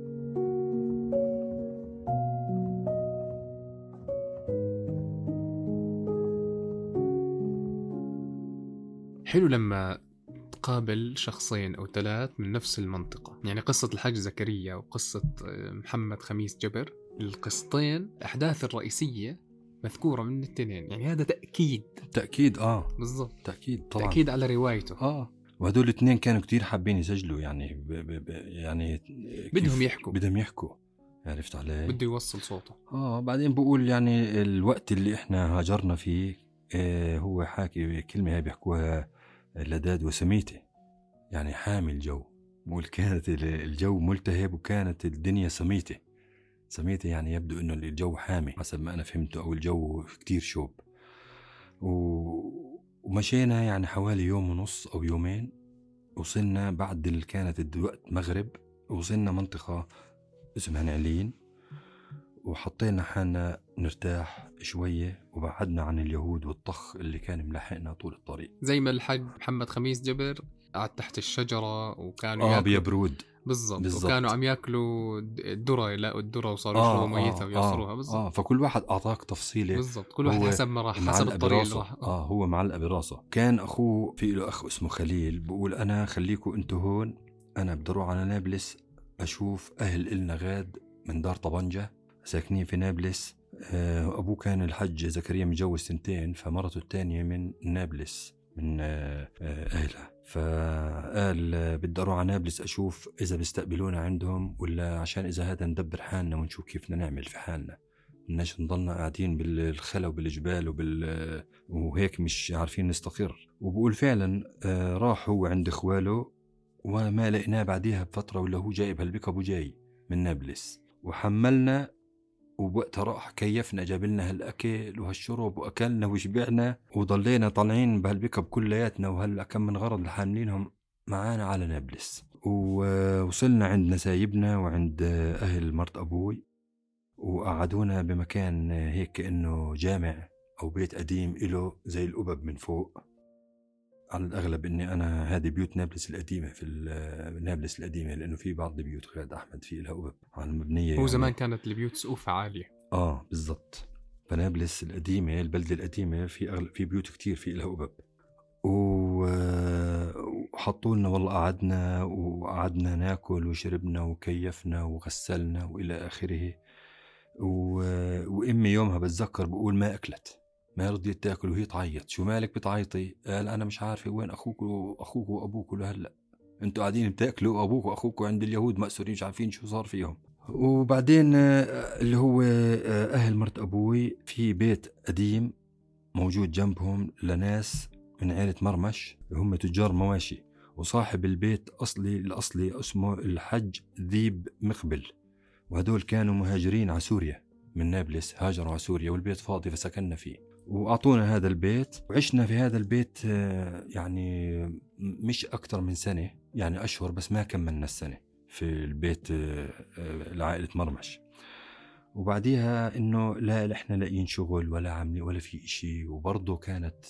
حلو لما تقابل شخصين أو ثلاث من نفس المنطقة. يعني قصة الحاج زكريا وقصة محمد خميس جبر القصتين الأحداث الرئيسية مذكورة من الاثنين. يعني هذا تأكيد تأكيد آه بالضبط تأكيد طبعا تأكيد على روايته. آه وهدول الاثنين كانوا كتير حابين يسجلوا يعني ب ب ب يعني بدهم يحكوا بدهم يحكوا عرفت علي بده يوصل صوته. آه بعدين بقول يعني الوقت اللي إحنا هاجرنا فيه آه هو حاكي كلمة هاي بيحكوها لداد وسميتة يعني حامي الجو. بقول كانت الجو ملتهب وكانت الدنيا سميتة. سميتة يعني يبدو إنه الجو حامي حسب ما أنا فهمته أو الجو كتير شوب. و... ومشينا يعني حوالي يوم ونص أو يومين. وصلنا بعد اللي كانت الوقت مغرب. وصلنا منطقة اسمها نعلين وحطينا حالنا نرتاح شوية وبعدنا عن اليهود والطخ اللي كان ملاحقنا طول الطريق. زي ما الحاج محمد خميس جبر قعد تحت الشجرة وكانوا آه بيبرود بالضبط. بالضبط وكانوا عم ياكلوا الذرة لا الذرة وصاروا يشربوا آه ميتها آه ويصروها بالضبط. آه فكل واحد أعطاك تفصيلة بالضبط. كل واحد حسب ما راح حسب الطريق اللي راح. آه هو معلق براسه. كان أخوه في له أخ اسمه خليل بقول أنا خليكوا أنتوا هون أنا بدي أروح على نابلس أشوف أهل إلنا غاد من دار طبنجة ساكنين في نابلس. آه أبوه كان الحج زكريا متجوز سنتين فمرته الثانية من نابلس من آه أهلها. فقال بدي أروح على نابلس أشوف إذا بيستقبلونا عندهم ولا عشان إذا هذا ندبر حالنا ونشوف كيف بدنا نعمل في حالنا. الناس نضلنا قاعدين بالخلا وبالجبال وبال وهيك مش عارفين نستقر. وبقول فعلا آه راح هو عند إخواله وما لقيناه بعديها بفترة ولا هو جايب هالبيكاب وجاي من نابلس وحملنا. وبوقتها راح كيفنا جابلنا هالأكل وهالشرب وأكلنا وشبعنا وضلينا طالعين بهالبيكاب كلياتنا وهلأ كم من غرض الحاملينهم معانا على نابلس. ووصلنا عند نسايبنا وعند أهل مرت أبوي وقعدونا بمكان هيك كأنه جامع أو بيت قديم إله زي الأبب من فوق. على الأغلب إني أنا هذه بيوت نابلس القديمة في نابلس القديمة لأنه في بعض بيوت غاد أحمد في لها أبب على المبنية. هو يعني زمان كانت البيوت سقوفها عالية. آه بالضبط. فنابلس القديمة البلدة القديمة في أغلب في بيوت كتير في لها أبب. وحطوا لنا والله قعدنا وقعدنا ناكل وشربنا وكيفنا وغسلنا وإلى آخره. وإمي يومها بتذكر بقول ما أكلت ما رضيت تاكل وهي تعيط. شو مالك بتعيطي؟ قال أنا مش عارفة وين أخوك وأخوك وأبوك لهلا أنتوا قاعدين بتاكلوا أبوك وأخوك عند اليهود مأسورين مش عارفين شو صار فيهم. وبعدين اللي هو أهل مرت أبوي في بيت قديم موجود جنبهم لناس من عائلة مرمش هم تجار مواشي وصاحب البيت أصلي الأصلي اسمه الحج ذيب مقبل، وهدول كانوا مهاجرين على سوريا من نابلس، هاجروا على سوريا والبيت فاضي فسكننا فيه، وأعطونا هذا البيت وعشنا في هذا البيت يعني مش أكتر من سنة، يعني أشهر بس ما كملنا السنة في البيت العائلة مرمش. وبعديها إنه لا إحنا لاقيين شغل ولا عاملين ولا في إشي، وبرضه كانت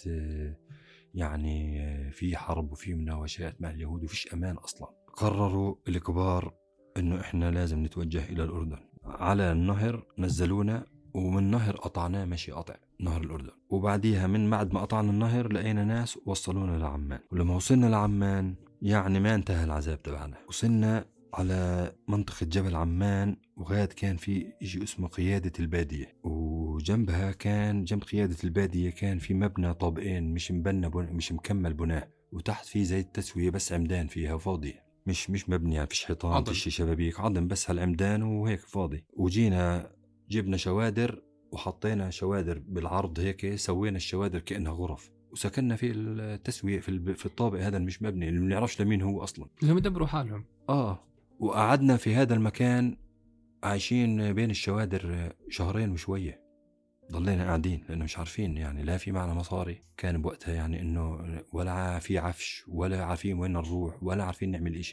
يعني في حرب وفي مناوشات مع اليهود وفيش أمان أصلا. قرروا الكبار إنه إحنا لازم نتوجه إلى الأردن. على النهر نزلونا، ومن نهر قطعناه مشي قطع نهر الأردن، وبعديها من بعد ما قطعنا النهر لقينا ناس وصلونا لعمان. ولما وصلنا لعمان يعني ما انتهى العذاب تبعنا، وصلنا على منطقة جبل عمان، وغاد كان في إشي اسمه قيادة البادية، وجنبها كان جنب قيادة البادية كان في مبنى طابقين مش مبنى بنا مش مكمل بناه، وتحت فيه زي التسوية بس عمدان فيها فاضية، مش مش مبني يعني فيش حيطان فيش شبابيك، عظم بس هالعمدان وهيك فاضي. وجينا جبنا شوادر وحطينا شوادر بالعرض هيك، سوينا الشوادر كأنها غرف، وسكننا في التسوية في في الطابق هذا مش مبني اللي ما نعرفش لمين هو أصلا، اللي هم يدبروا حالهم. آه وقعدنا في هذا المكان عايشين بين الشوادر شهرين وشوية، ضلينا قاعدين لأنه مش عارفين يعني لا في معنا مصاري كان بوقتها، يعني إنه ولا في عفش ولا عارفين وين نروح ولا عارفين نعمل إشي.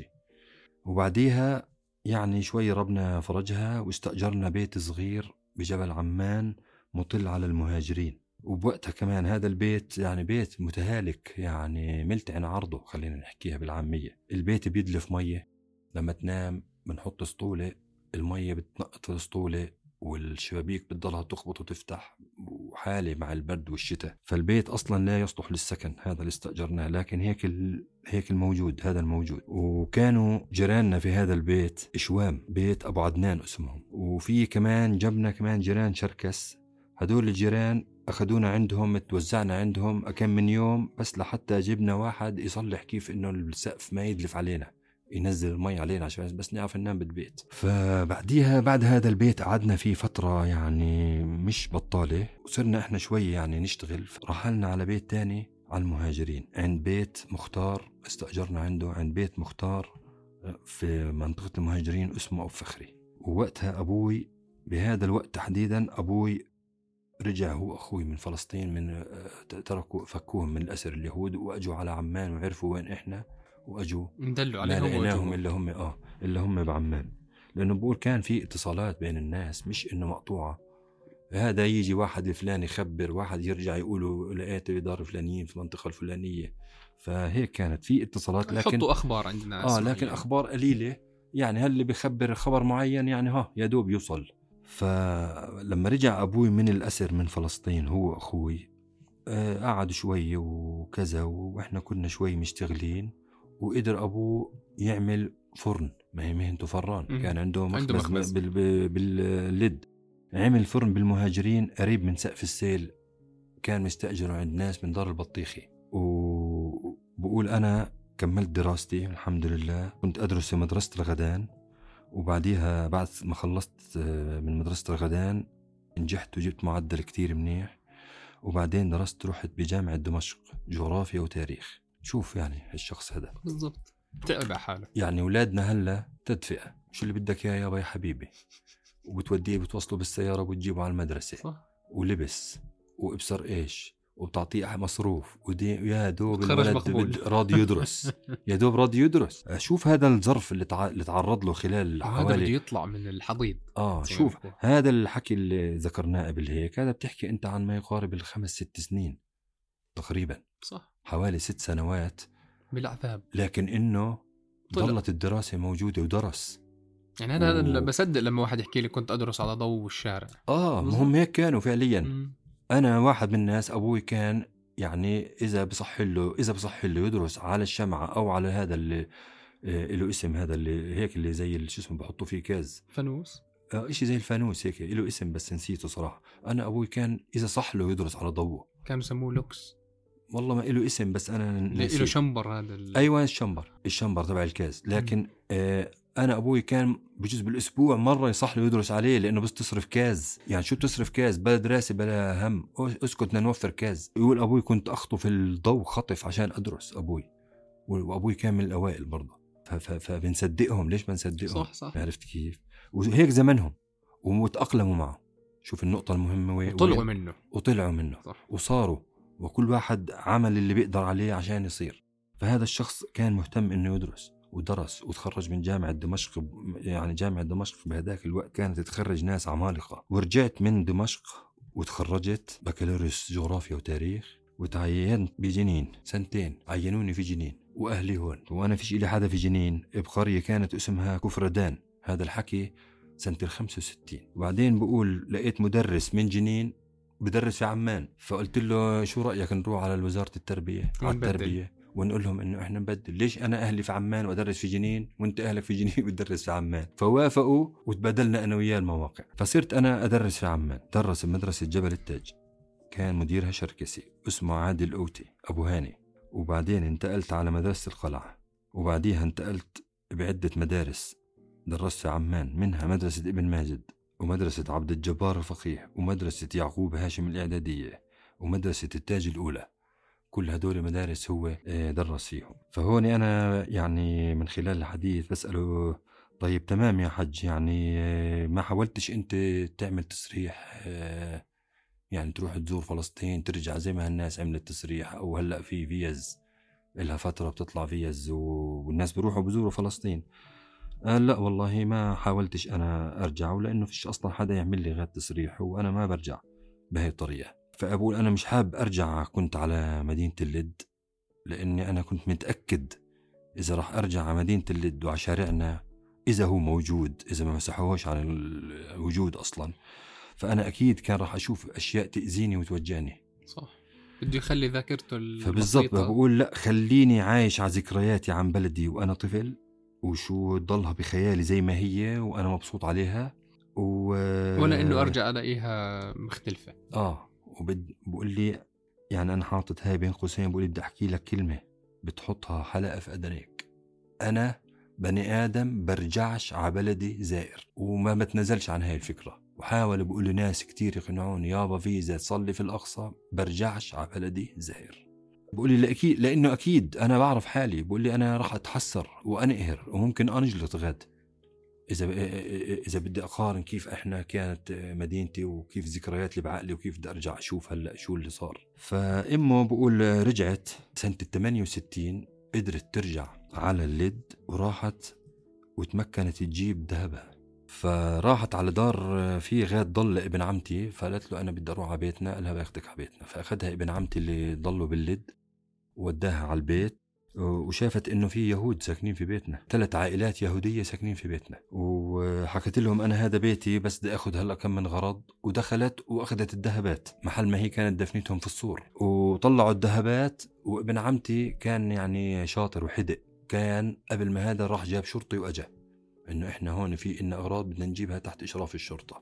وبعديها يعني شوي ربنا فرجها واستأجرنا بيت صغير بجبل عمان مطل على المهاجرين. وبوقتها كمان هذا البيت يعني بيت متهالك، يعني ملتعن عرضه، خلينا نحكيها بالعامية. البيت بيدلف مية، لما تنام بنحط سطولة، المية بتنقط في السطولة والشبابيك بتضلها تخبط وتفتح، وحالة مع البرد والشتاء. فالبيت أصلا لا يصلح للسكن، هذا اللي استأجرناه، لكن هيك ال... هيك الموجود هذا الموجود. وكانوا جيراننا في هذا البيت إشوام، بيت أبو عدنان اسمهم، وفي كمان جبنا كمان جيران شركس. هدول الجيران أخذونا عندهم، توزعنا عندهم كم من يوم بس لحتى جبنا واحد يصلح كيف إنه السقف ما يدلف علينا، ينزل المي علينا عشان بس نعرف ننام بالبيت. فبعديها بعد هذا البيت قعدنا فيه فترة يعني مش بطالة، وصرنا احنا شوي يعني نشتغل. رحلنا على بيت تاني على المهاجرين عند بيت مختار، استأجرنا عنده عند بيت مختار في منطقة المهاجرين اسمه أبو فخري. ووقتها أبوي بهذا الوقت تحديدا أبوي رجع هو أخوي من فلسطين، من تركوا فكوهم من الأسر اليهود وأجوا على عمان وعرفوا وين إحنا وأجوا ندلوا عليهم، عليهم لقيناهم اللي هم آه اللي هم بعمان، لأنه بقول كان في اتصالات بين الناس مش إنه مقطوعة. هذا يجي واحد الفلاني يخبر واحد يرجع يقولوا لقيت بدار فلانيين في المنطقة الفلانية، فهيك كانت في اتصالات، لكن حطوا أخبار عندنا آه لكن أخبار قليلة، يعني هل اللي بيخبر خبر معين يعني ها يدوب يوصل. فلما رجع أبوي من الأسر من فلسطين هو أخوي، آه قعد شوي وكذا وإحنا كنا شوي مشتغلين، وقدر أبوه يعمل فرن، ما هي مهنته فران، كان عنده مخبز بال باللد، عمل فرن بالمهاجرين قريب من سقف السيل، كان مستأجره عند ناس من دار البطيخي. وبقول أنا كملت دراستي الحمد لله، كنت أدرس في مدرسة الغدان، وبعديها بعد ما خلصت من مدرسة الغدان نجحت وجبت معدل كتير منيح، وبعدين درست رحت بجامعة دمشق جغرافيا وتاريخ. شوف يعني الشخص هذا بالضبط تعب حاله، يعني أولادنا هلا تدفئة، شو اللي بدك يا يابا يا حبيبي، وبتوديه بتوصله بالسيارة وبتجيبه على المدرسة صح؟ ولبس وابصر إيش وبتعطيه مصروف ودي يا دوب الولد راضي يدرس يا دوب راضي يدرس. شوف هذا الظرف اللي, تع... اللي تعرض له خلال حوالي هذا بده يطلع من الحضيض. آه شوف هذا الحكي اللي ذكرناه قبل هيك، هذا بتحكي أنت عن ما يقارب الخمس ست سنين تقريبا، صح، حوالي ست سنوات بالعذاب، لكن إنه ظلت الدراسة موجودة ودرس. يعني أنا و... بصدق لما واحد يحكي لي كنت أدرس على ضوء الشارع. آه مهم هيك كانوا فعليا. م. أنا واحد من الناس أبوي كان يعني إذا بصح له إذا بصح له يدرس على الشمعة أو على هذا اللي له اسم، هذا اللي هيك اللي زي شو اسمه بحطوا فيه كاز فانوس، آه إشي زي الفانوس هيك له اسم بس نسيته صراحة. أنا أبوي كان إذا صح له يدرس على ضوء كانوا يسموه لوكس، والله ما له اسم بس أنا نسيت. له شمبر هذا ال... أيوة الشمبر الشمبر تبع الكاز، لكن آه أنا أبوي كان بجوز بالأسبوع مرة يصح له يدرس عليه، لأنه بس تصرف كاز، يعني شو بتصرف كاز بلا دراسة بلا هم، اسكت نوفر كاز. يقول أبوي كنت أخطف الضوء خطف عشان أدرس أبوي، وأبوي كان من الأوائل برضه، فبنصدقهم. ليش بنصدقهم؟ صح صح. عرفت كيف؟ وهيك زمنهم ومتأقلموا معه. شوف النقطة المهمة وين، وطلعوا منه وطلعوا منه صح. وصاروا، وكل واحد عمل اللي بيقدر عليه عشان يصير. فهذا الشخص كان مهتم إنه يدرس ودرس وتخرج من جامعة دمشق. يعني جامعة دمشق بهداك الوقت كانت تخرج ناس عمالقة. ورجعت من دمشق وتخرجت بكالوريوس جغرافيا وتاريخ، وتعينت بجنين سنتين. عينوني في جنين وأهلي هون، وأنا فيش إلي حدا في جنين، بقرية كانت اسمها كفردان. هذا الحكي سنة الخمسة وستين. وبعدين بقول لقيت مدرس من جنين بدرس في عمان، فقلت له شو رأيك نروح على وزارة التربية على التربية ونقول لهم إنه إحنا نبدل. ليش أنا أهلي في عمان وأدرس في جنين وأنت أهلك في جنين وتدرس في عمان؟ فوافقوا وتبادلنا أنا وياه المواقع. فصرت أنا أدرس في عمان. درس بمدرسة جبل التاج، كان مديرها شركسي اسمه عادل أوتي أبو هاني. وبعدين انتقلت على مدرسة القلعة، وبعديها انتقلت بعدة مدارس درست في عمان، منها مدرسة ابن ماجد، ومدرسة عبد الجبار الفقيه، ومدرسة يعقوب هاشم الإعدادية، ومدرسة التاج الأولى. كل هدول مدارس هو درس فيهم. فهون أنا يعني من خلال الحديث بسأله طيب تمام يا حج، يعني ما حاولتش أنت تعمل تسريح، يعني تروح تزور فلسطين ترجع زي ما الناس عملت تسريح، أو هلأ في فيز إلها فترة بتطلع فيز والناس بيروحوا بزوروا فلسطين؟ قال لا والله ما حاولتش أنا أرجع، لأنه فيش أصلا حدا يعمل لي غير تسريح وأنا ما برجع بهي الطريقة. فأقول أنا مش حاب أرجع كنت على مدينة اللد، لأني أنا كنت متأكد إذا راح أرجع على مدينة اللد وعلى شارعنا، إذا هو موجود، إذا ما مسحوهوش عن الوجود أصلا، فأنا أكيد كان راح أشوف أشياء تأذيني وتوجعني. صح، بده يخلي ذاكرته البسيطة. فبالضبط بقول لا، خليني عايش على ذكرياتي عن بلدي وأنا طفل، وشو تضلها بخيالي زي ما هي وأنا مبسوط عليها، و... ولا إنه أرجع ألاقيها مختلفة. آه وبد بقول لي يعني أنا حاطط هاي بين قوسين، بقول لي بدي أحكي لك كلمة بتحطها حلقة في أذنيك. أنا بني آدم برجعش على بلدي زائر، وما بتنزلش عن هاي الفكرة. وحاول بقول لناس كتير يقنعوني يابا فيزا تصلي في الأقصى، برجعش على بلدي زائر. بقول لي لأكيد، لأنه أكيد أنا بعرف حالي. بقول لي أنا راح أتحسر وأنقهر وممكن أنجلط غد إذا إذا بدي أقارن كيف إحنا كانت مدينتي وكيف ذكريات اللي بعقلي وكيف بدي أرجع أشوف هلأ شو اللي صار. فإمه بقول رجعت سنة الثمانية وستين، قدرت ترجع على اللد وراحت وتمكنت تجيب ذهبها. فراحت على دار في غاد ضل ابن عمتي، فقالت له أنا بدي أروح على بيتنا. قالها باخدك على بيتنا. فأخذها ابن عمتي اللي ضلوا باللد ووداها على البيت، وشافت إنه في يهود ساكنين في بيتنا، ثلاث عائلات يهودية ساكنين في بيتنا. وحكت لهم أنا هذا بيتي بس بدي أخذ هلأ كم من غرض. ودخلت وأخذت الذهبات محل ما هي كانت دفنتهم في السور، وطلعوا الذهبات. وابن عمتي كان يعني شاطر وحدق، كان قبل ما هذا راح جاب شرطي وأجا إنه إحنا هون في إن أغراض بدنا نجيبها تحت إشراف الشرطة.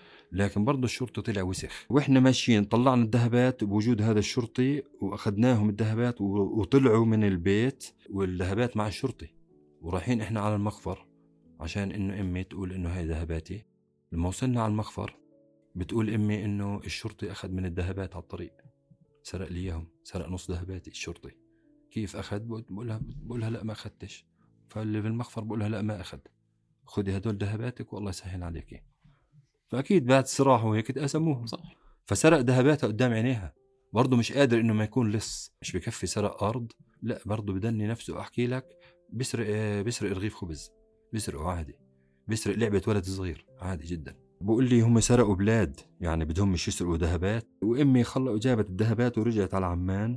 لكن برضو الشرطي طلع وسخ. وإحنا ماشيين طلعنا الذهبات بوجود هذا الشرطي، وأخذناهم الذهبات وطلعوا من البيت والذهبات مع الشرطي، ورايحين إحنا على المخفر عشان إنه أمي تقول إنه هاي ذهباتي. لما وصلنا على المخفر بتقول أمي إنه الشرطي أخذ من الذهبات على الطريق، سرق لي إياهم، سرق نص ذهباتي الشرطي. كيف أخذ؟ بقولها بقولها لا ما أخذتش. فاللي في المخفر بقولها لا ما أخذ، خدي هدول ذهباتك والله يسهل عليكي. فأكيد بعد صراحه وهيك تقاسموهم. صح. فسرق ذهباتها قدام عينيها. برضه مش قادر إنه ما يكون لص، مش بكفي سرق أرض، لا برضه بدني نفسه. أحكي لك بيسرق بيسرق رغيف خبز، بيسرقوا عادي، بيسرق لعبة ولد صغير عادي جدا. بقول لي هم سرقوا بلاد، يعني بدهم مش يسرقوا ذهبات. وأمي خلقوا جابت الذهبات ورجعت على عمان.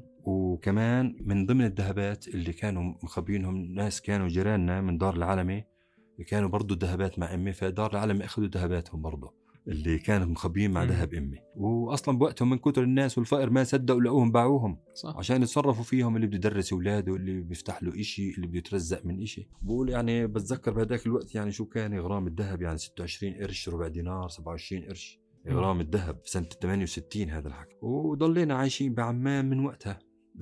وكمان من ضمن الذهبات اللي كانوا مخبينهم ناس كانوا جيراننا من دار العالمي، كانوا برضو الذهبات مع أمي، فدار العالمي أخذوا ذهباتهم برضو اللي كانوا مخبيين مع ذهب أمي. وأصلا بوقتهم من كتر الناس والفقر ما صدقوا لقوهم باعوهم. صح. عشان يتصرفوا فيهم، اللي بده يدرس أولاده، اللي بيفتح له إشي، اللي بده يترزق من إشي. بقول يعني بتذكر بهداك الوقت يعني شو كان غرام الذهب، يعني ستة وعشرين قرش، ربع دينار، سبعة وعشرين قرش غرام الذهب في سنة ثمانية وستين هذا الحكي. وضلينا عايشين بعمان من وقتها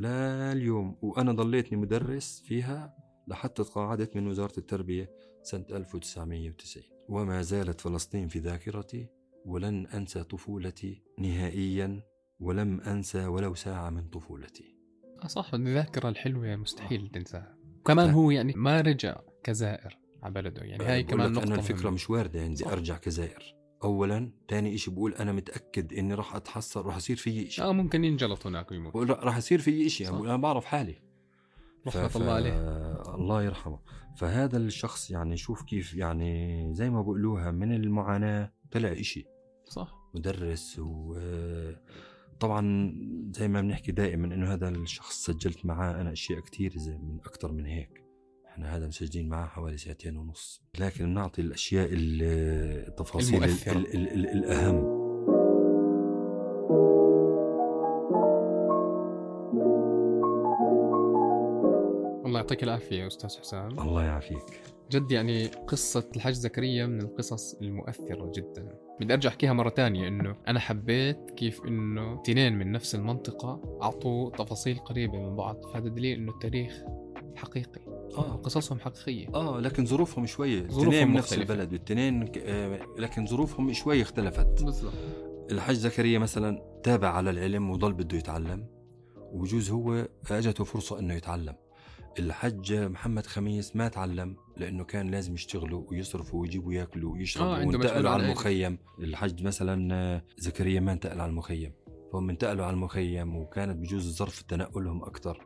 لا اليوم. وأنا ضليتني مدرس فيها لحتى تقاعدت من وزارة التربية سنة ألف وتسعمية وتسعين. وما زالت فلسطين في ذاكرتي، ولن أنسى طفولتي نهائيا، ولم أنسى ولو ساعة من طفولتي. صح، الذاكرة الحلوة مستحيل تنساها. كمان هو يعني ما رجع كزائر على بلده، يعني هاي كمان نقطة أنا الفكرة مهمة. مش واردة عندي صح. أرجع كزائر أولا. تاني إشي بقول أنا متأكد إني راح أتحصر، راح يصير في إشي. آه ممكن ينجلط هناك ويموت. بقول راح يصير في إشي، أقول أنا بعرف حالي. رحمة ف... الله عليه. الله يرحمه. فهذا الشخص يعني شوف كيف يعني زي ما بقولوها من المعاناة طلع إشي. صح. مدرس. وطبعا زي ما بنحكي دائما إنه هذا الشخص سجلت معاه أنا أشياء كتير زي من أكتر من هيك. احنا هذا مسجلين معاه حوالي ساعتين ونص، لكن بنعطي الأشياء التفاصيل ال ال ال ال الأهم. الله يعطيك العافية يا أستاذ حسام. الله يعافيك. جد يعني قصة الحاج زكريا من القصص المؤثرة جدا. بدي أرجع أحكيها مرة تانية، إنه أنا حبيت كيف إنه تنين من نفس المنطقة أعطوا تفاصيل قريبة من بعض، فهذا دليل إنه التاريخ حقيقي. آه قصصهم حقيقية. آه لكن ظروفهم شوية، ظروفهم من نفس البلد والتنين ك... آه لكن ظروفهم شوية اختلفت. بالضبط. الحاج زكريا مثلا تابع على العلم وضل بده يتعلم، وبجوز هو أجته فرصة إنه يتعلم. الحج محمد خميس ما تعلم لأنه كان لازم يشتغلوا ويصرفوا ويجيبوا ياكلوا ويشربوا آه وانتقلوا على المخيم. الحج مثلا زكريا ما انتقل على المخيم، فهم انتقلوا على المخيم وكانت بجوز ظرف تنقلهم أكتر،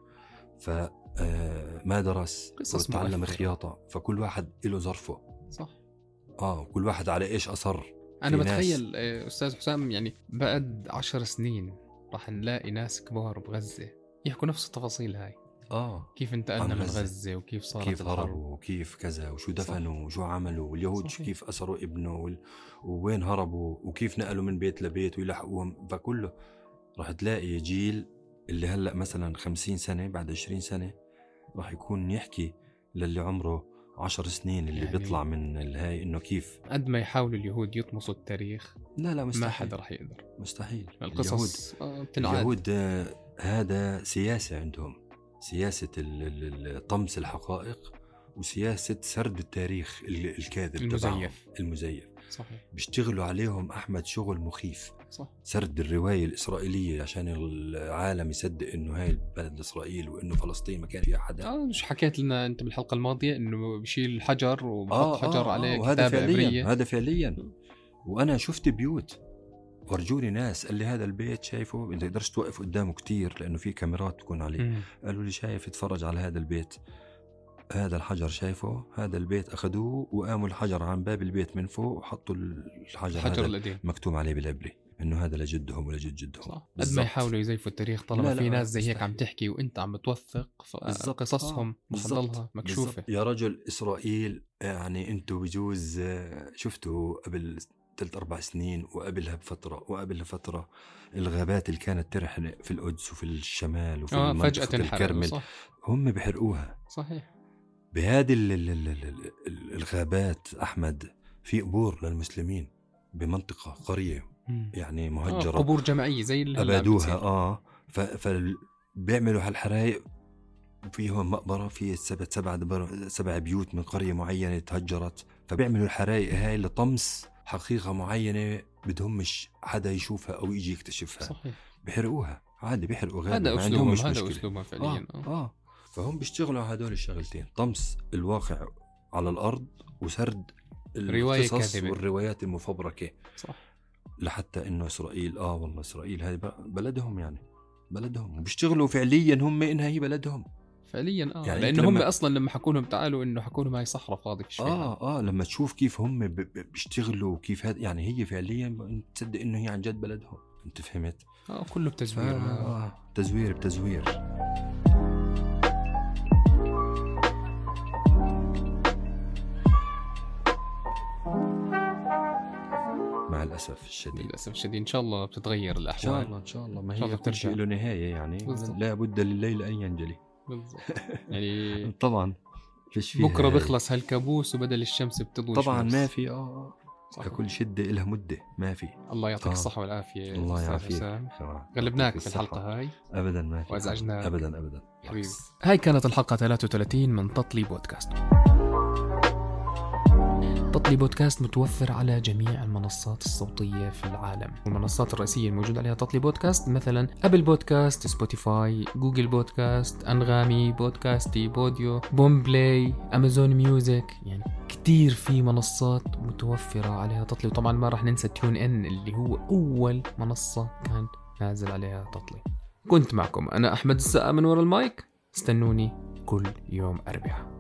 فما درس وتعلم خياطة. فكل واحد له ظرفه. صح. آه كل واحد على إيش أصر. أنا بتخيل أستاذ حسام يعني بعد عشر سنين راح نلاقي ناس كبار بغزة يحكوا نفس التفاصيل هاي. آه كيف انتقلنا من غزة وكيف صارت كيف الحرب هربوا وكيف كذا وشو دفنوا وشو عملوا، واليهود صحيح. كيف أسروا ابنه وال... ووين هربوا وكيف نقلوا من بيت لبيت ويلحقوهم. فكله راح تلاقي جيل اللي هلأ مثلا خمسين سنة بعد عشرين سنة راح يكون يحكي للي عمره عشر سنين اللي يعني بيطلع من الهاي إنه كيف قد ما يحاولوا اليهود يطمسوا التاريخ لا لا مستحيل. ما حدا راح يقدر. مستحيل. القصص اليهود, اليهود هذا سياسة عندهم، سياسة طمس الحقائق وسياسة سرد التاريخ الكاذب المزيف. المزيف. صحيح. بيشتغلوا عليهم أحمد شغل مخيف. صح. سرد الرواية الإسرائيلية عشان العالم يصدق إنه هاي البلد إسرائيل وإنه فلسطين ما كان فيها حدا. آه مش حكيت لنا أنت بالحلقة الماضية إنه بيشيل حجر وبحط آه حجر آه عليه آه كتابة عبرية. فعليا. هذا فعليا. وأنا شفت بيوت ورجوني ناس قال لي هذا البيت شايفه انت تقدرش توقف قدامه كتير لانه في كاميرات تكون عليه. مم. قالوا لي شايف اتفرج على هذا البيت، هذا الحجر شايفه، هذا البيت اخذوه وقاموا الحجر عن باب البيت من فوق وحطوا الحجر الحجر القديم مكتوب عليه بالعبري انه هذا لجدهم ولجد جدهم. قد ما يحاولوا يزيفوا التاريخ طالما في ناس زي هيك عم تحكي وانت عم بتوثق قصصهم بتضلها مكشوفة. بالزبط. يا رجل اسرائيل يعني انتوا بجوز شفتوا قبل ثلاث أربع سنين وقبلها بفترة وقبلها فترة الغابات اللي كانت ترحل في القدس وفي الشمال وفي آه منطقة الكرمل هم بيحرقوها. صحيح. بهذه الغابات أحمد في قبور للمسلمين بمنطقة قرية مم. يعني مهجرة. آه قبور جماعية زي اللي أبادوها. آه فبيعملوا هالحرايق فيهم مقبرة في سبع سبع سبع بيوت من قرية معينة تهجرت، فبيعملوا الحرايق هاي لطمس حقيقة معينة بدهم مش حدا يشوفها أو يجي يكتشفها. صحيح. بيحرقوها عادي، بيحرقوا غابة هذا أسلوبهم. هذا أسلوبهم فعليا. آه. آه. فهم بيشتغلوا على هدول الشغلتين، طمس الواقع على الأرض وسرد القصص والروايات المفبركة. صح. لحتى إنه إسرائيل آه والله إسرائيل هذه بلدهم، يعني بلدهم، وبيشتغلوا فعليا هم إنها هي بلدهم فعليا. آه يعني لأنه هم أصلا لما حكوا لهم تعالوا إنه حكوا لهم هاي صحراء فاضي في الشيء. آه آه لما تشوف كيف هم بيشتغلوا وكيف هذا يعني هي فعليا تصدق إنه هي عن جد بلدهم. أنت فهمت؟ آه كله بتزوير. آه تزوير بتزوير. مع الأسف الشديد. للأسف الشديد. إن شاء الله بتتغير الأحوال. إن شاء الله إن شاء الله. ما هي كل شيء له نهاية يعني. بالزبط. لا بد لليل أن ينجلي. بالضبط. يعني طبعا فيش بكرة بيخلص هالكابوس وبدل الشمس بتضوي طبعا شمس. ما في آه كل شدة إلها مدة ما في. الله يعطيك الصحة والعافية. الله يعافيك. غلبناك في الحلقة هاي أبدا ما في وأزعجناك أبدا أبدا حبيبي. هاي كانت الحلقة ثلاثة وثلاثين من تطلي بودكاست. تطلي بودكاست متوفر على جميع المنصات الصوتية في العالم، والمنصات الرئيسية الموجود عليها تطلي بودكاست مثلا أبل بودكاست، سبوتيفاي، جوجل بودكاست، أنغامي، بودكاستي، بوديو، بوم بلاي، أمازون ميوزك. يعني كتير في منصات متوفرة عليها تطلي. وطبعا ما راح ننسى تيون إن اللي هو أول منصة كان نازل عليها تطلي. كنت معكم أنا أحمد السقا من وراء المايك، استنوني كل يوم أربعاء.